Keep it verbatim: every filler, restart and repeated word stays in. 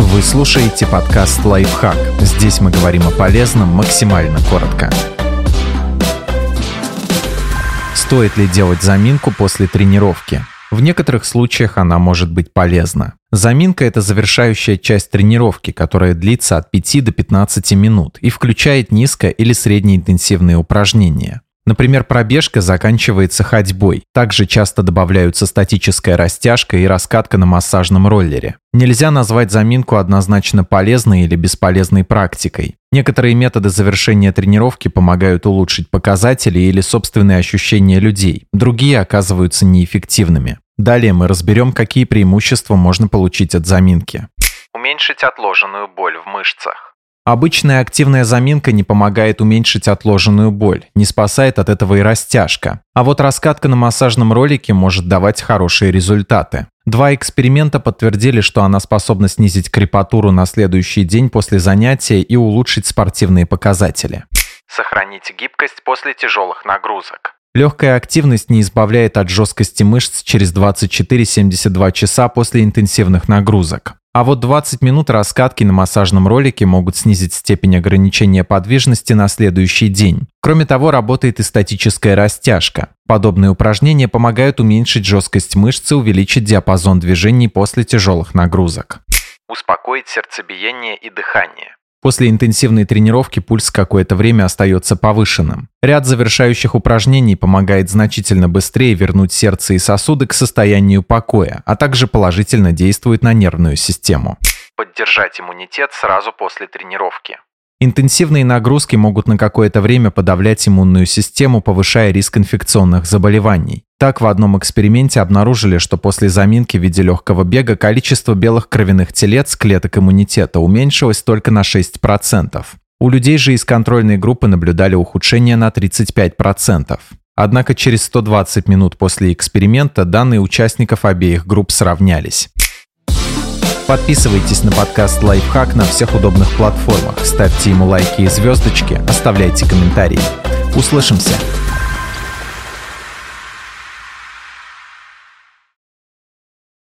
Вы слушаете подкаст «Лайфхак». Здесь мы говорим о полезном максимально коротко. Стоит ли делать заминку после тренировки? В некоторых случаях она может быть полезна. Заминка – это завершающая часть тренировки, которая длится от пяти до пятнадцати минут и включает низко- или среднеинтенсивные упражнения. Например, пробежка заканчивается ходьбой. Также часто добавляются статическая растяжка и раскатка на массажном роллере. Нельзя назвать заминку однозначно полезной или бесполезной практикой. Некоторые методы завершения тренировки помогают улучшить показатели или собственные ощущения людей. Другие оказываются неэффективными. Далее мы разберем, какие преимущества можно получить от заминки. Уменьшить отложенную боль в мышцах. Обычная активная заминка не помогает уменьшить отложенную боль, не спасает от этого и растяжка. А вот раскатка на массажном ролике может давать хорошие результаты. Два эксперимента подтвердили, что она способна снизить крепатуру на следующий день после занятия и улучшить спортивные показатели. Сохранить гибкость после тяжелых нагрузок. Легкая активность не избавляет от жесткости мышц через двадцать четыре - семьдесят два часа после интенсивных нагрузок. А вот двадцать минут раскатки на массажном ролике могут снизить степень ограничения подвижности на следующий день. Кроме того, работает и статическая растяжка. Подобные упражнения помогают уменьшить жесткость мышц и увеличить диапазон движений после тяжелых нагрузок. Успокоить сердцебиение и дыхание. После интенсивной тренировки пульс какое-то время остается повышенным. Ряд завершающих упражнений помогает значительно быстрее вернуть сердце и сосуды к состоянию покоя, а также положительно действует на нервную систему. Поддержать иммунитет сразу после тренировки. Интенсивные нагрузки могут на какое-то время подавлять иммунную систему, повышая риск инфекционных заболеваний. Так, в одном эксперименте обнаружили, что после заминки в виде легкого бега количество белых кровяных телец клеток иммунитета уменьшилось только на шесть процентов. У людей же из контрольной группы наблюдали ухудшение на тридцать пять процентов. Однако через сто двадцать минут после эксперимента данные участников обеих групп сравнялись. Подписывайтесь на подкаст «Лайфхак» на всех удобных платформах, ставьте ему лайки и звездочки, оставляйте комментарии. Услышимся!